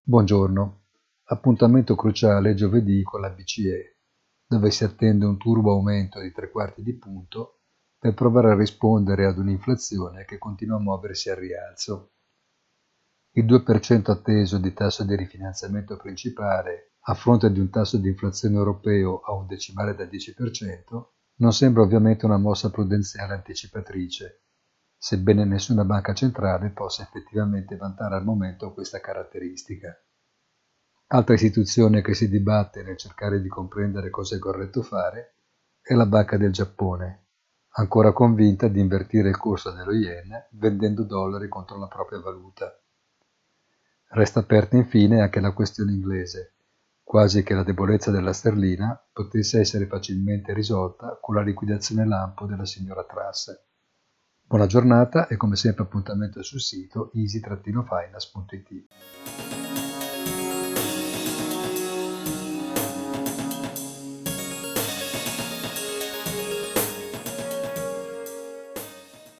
Buongiorno, appuntamento cruciale giovedì con la BCE, dove si attende un turbo aumento di 3/4 di punto per provare a rispondere ad un'inflazione che continua a muoversi al rialzo. Il 2% atteso di tasso di rifinanziamento principale, a fronte di un tasso di inflazione europeo a un decimale del 10%, non sembra ovviamente una mossa prudenziale anticipatrice, sebbene nessuna banca centrale possa effettivamente vantare al momento questa caratteristica. Altra istituzione che si dibatte nel cercare di comprendere cosa è corretto fare è la Banca del Giappone, ancora convinta di invertire il corso dello yen vendendo dollari contro la propria valuta. Resta aperta infine anche la questione inglese, quasi che la debolezza della sterlina potesse essere facilmente risolta con la liquidazione lampo della signora Truss. Buona giornata e come sempre appuntamento sul sito easy-finance.it.